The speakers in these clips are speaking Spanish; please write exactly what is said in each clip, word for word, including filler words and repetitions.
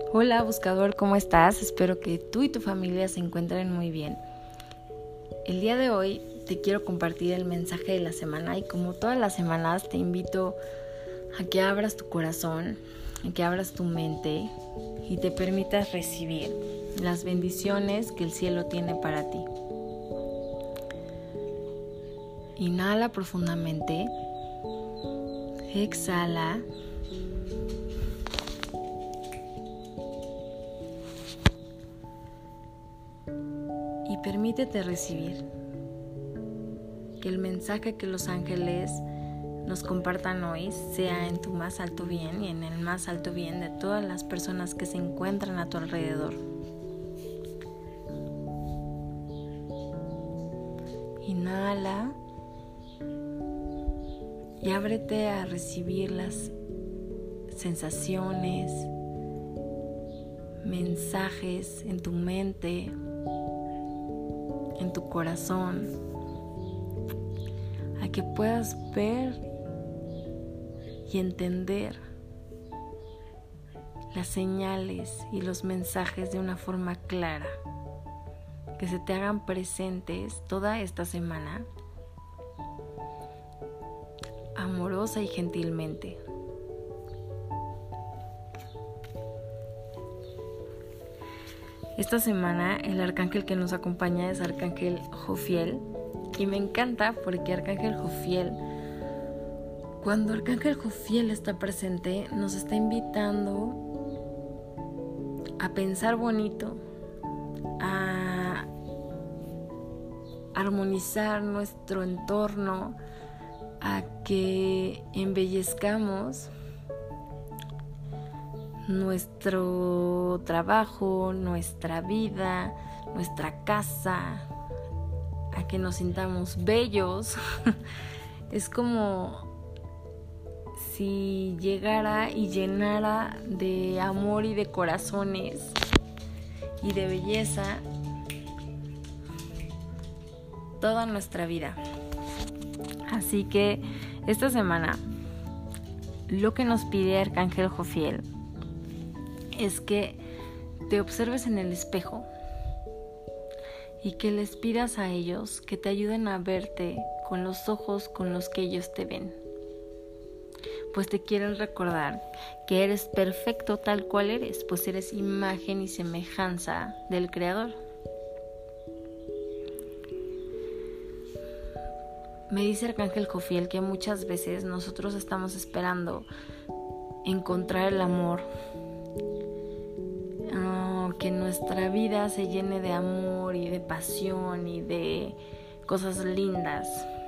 Hola buscador, ¿cómo estás? Espero que tú y tu familia se encuentren muy bien. El día de hoy te quiero compartir el mensaje de la semana y como todas las semanas te invito a que abras tu corazón, a que abras tu mente y te permitas recibir las bendiciones que el cielo tiene para ti. Inhala profundamente, exhala. Y permítete recibir que el mensaje que los ángeles nos compartan hoy sea en tu más alto bien y en el más alto bien de todas las personas que se encuentran a tu alrededor. Inhala y ábrete a recibir las sensaciones, mensajes en tu mente, en tu corazón, a que puedas ver y entender las señales y los mensajes de una forma clara, que se te hagan presentes toda esta semana, amorosa y gentilmente. Esta semana el arcángel que nos acompaña es Arcángel Jofiel y me encanta porque Arcángel Jofiel, cuando Arcángel Jofiel está presente, nos está invitando a pensar bonito, a armonizar nuestro entorno, a que embellezcamos nuestro trabajo, nuestra vida, nuestra casa, a que nos sintamos bellos. Es como si llegara y llenara de amor y de corazones y de belleza toda nuestra vida. Así que esta semana lo que nos pide Arcángel Jofiel es que te observes en el espejo y que les pidas a ellos que te ayuden a verte con los ojos con los que ellos te ven. Pues te quieren recordar que eres perfecto tal cual eres, pues eres imagen y semejanza del Creador. Me dice Arcángel Jofiel que muchas veces nosotros estamos esperando encontrar el amor, que nuestra vida se llene de amor y de pasión y de cosas lindas.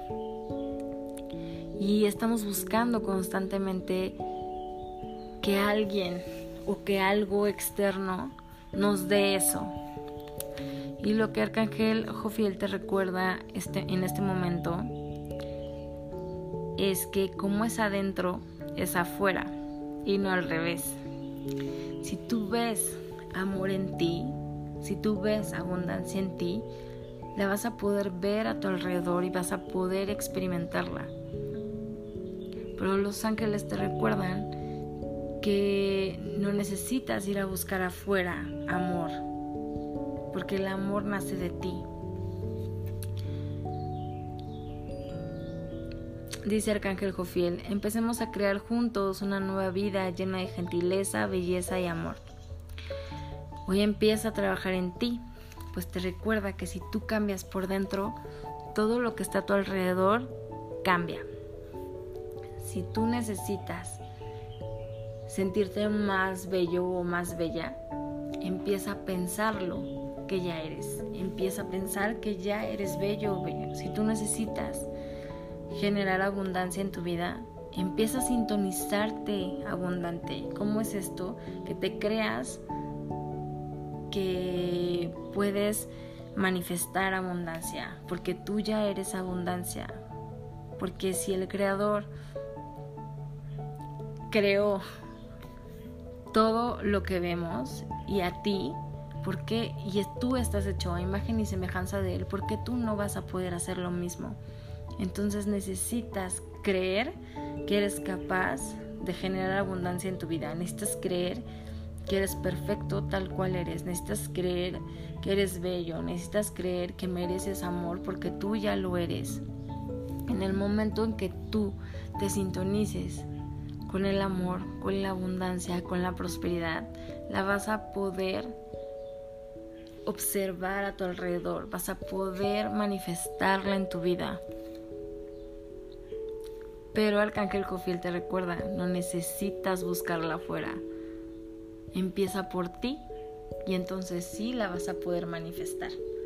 Y estamos buscando constantemente que alguien o que algo externo nos dé eso. Y lo que Arcángel Jofiel te recuerda este, en este momento es que como es adentro, es afuera y no al revés. Si tú ves amor en ti, si tú ves abundancia en ti, la vas a poder ver a tu alrededor y vas a poder experimentarla. Pero los ángeles te recuerdan que no necesitas ir a buscar afuera amor, porque el amor nace de ti. Dice Arcángel Jofiel, empecemos a crear juntos una nueva vida llena de gentileza, belleza y amor. Hoy empieza a trabajar en ti, pues te recuerda que si tú cambias por dentro, todo lo que está a tu alrededor cambia. Si tú necesitas sentirte más bello o más bella, empieza a pensarlo que ya eres. Empieza a pensar que ya eres bello o bella. Si tú necesitas generar abundancia en tu vida, empieza a sintonizarte abundante. ¿Cómo es esto? Que te creas que puedes manifestar abundancia, porque tú ya eres abundancia. Porque si el Creador creó todo lo que vemos y a ti, ¿por qué? Y tú estás hecho a imagen y semejanza de Él, ¿por qué tú no vas a poder hacer lo mismo? Entonces necesitas creer que eres capaz de generar abundancia en tu vida. Necesitas creer que eres perfecto tal cual eres. Necesitas creer que eres bello, necesitas creer que mereces amor porque tú ya lo eres. En el momento en que tú te sintonices con el amor, con la abundancia, con la prosperidad, la vas a poder observar a tu alrededor, vas a poder manifestarla en tu vida. Pero Arcángel Jofiel te recuerda, no necesitas buscarla afuera. Empieza por ti y entonces sí la vas a poder manifestar.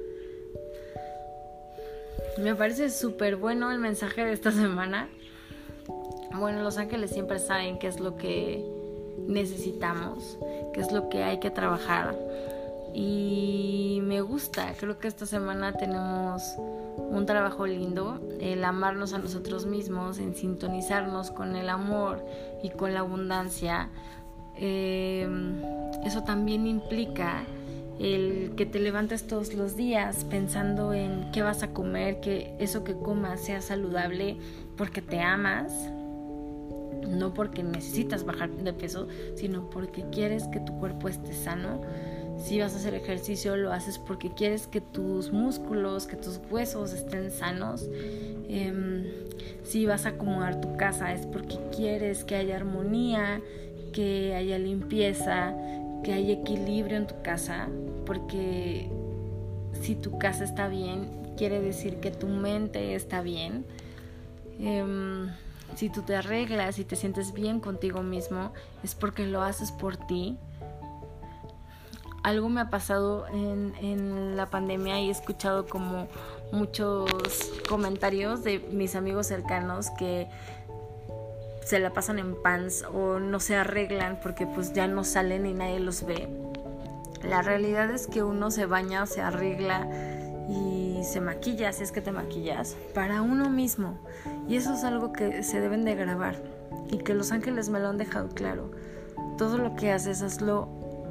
Me parece súper bueno el mensaje de esta semana. Bueno, los ángeles siempre saben qué es lo que necesitamos, qué es lo que hay que trabajar. Y me gusta, creo que esta semana tenemos un trabajo lindo, el amarnos a nosotros mismos, en sintonizarnos con el amor y con la abundancia. Eh, eso también implica el que te levantes todos los días pensando en qué vas a comer, que eso que comas sea saludable porque te amas, no porque necesitas bajar de peso, sino porque quieres que tu cuerpo esté sano. Si vas a hacer ejercicio, lo haces porque quieres que tus músculos, que tus huesos estén sanos. Eh, si vas a acomodar tu casa, es porque quieres que haya armonía, que haya limpieza, que haya equilibrio en tu casa. Porque si tu casa está bien, quiere decir que tu mente está bien. Eh, si tú te arreglas y te sientes bien contigo mismo, es porque lo haces por ti. Algo me ha pasado en, en la pandemia y he escuchado como muchos comentarios de mis amigos cercanos que se la pasan en pants o no se arreglan porque pues ya no salen y nadie los ve. La realidad es que uno se baña, se arregla y se maquilla, si es que te maquillas, para uno mismo. Y eso es algo que se deben de grabar y que los ángeles me lo han dejado claro. Todo lo que haces, hazlo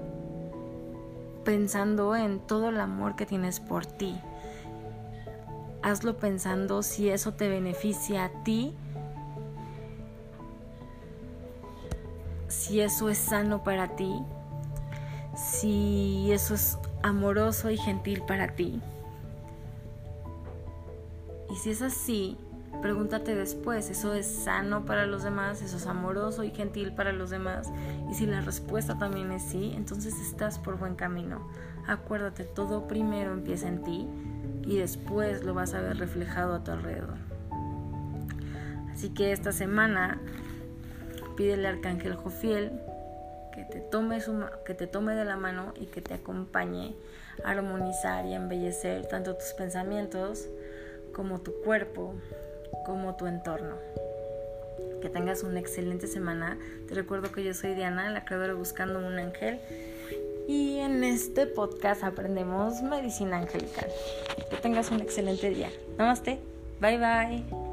pensando en todo el amor que tienes por ti. Hazlo pensando si eso te beneficia a ti, si eso es sano para ti, si eso es amoroso y gentil para ti. Y si es así, pregúntate después, ¿eso es sano para los demás? ¿Eso es amoroso y gentil para los demás? Y si la respuesta también es sí, entonces estás por buen camino. Acuérdate, todo primero empieza en ti y después lo vas a ver reflejado a tu alrededor. Así que esta semana pídele al Arcángel Jofiel que te tome su, que te tome de la mano y que te acompañe a armonizar y a embellecer tanto tus pensamientos como tu cuerpo, como tu entorno. Que tengas una excelente semana. Te recuerdo que yo soy Diana, la creadora de Buscando un Ángel, y en este podcast aprendemos medicina angelical. Que tengas un excelente día. Namaste. Bye bye.